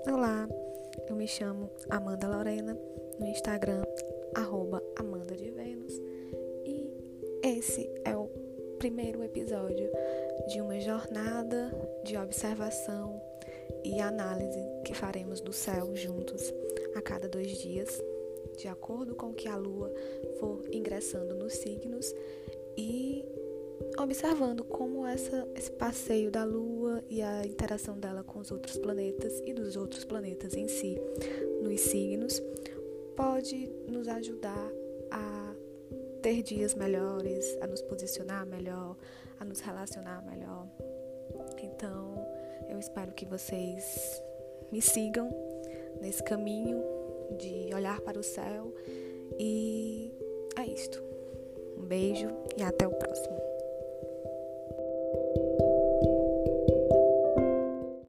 Olá, eu me chamo Amanda Lorena, no Instagram, @Amanda de Vênus, e esse é o primeiro episódio de uma jornada de observação e análise que faremos do céu juntos a cada 2 dias, de acordo com que a Lua for ingressando nos signos e observando como esse passeio da Lua e a interação dela com os outros planetas e dos outros planetas em si, nos signos, pode nos ajudar a ter dias melhores, a nos posicionar melhor, a nos relacionar melhor. Então, eu espero que vocês me sigam nesse caminho de olhar para o céu e é isto. Um beijo e até o próximo.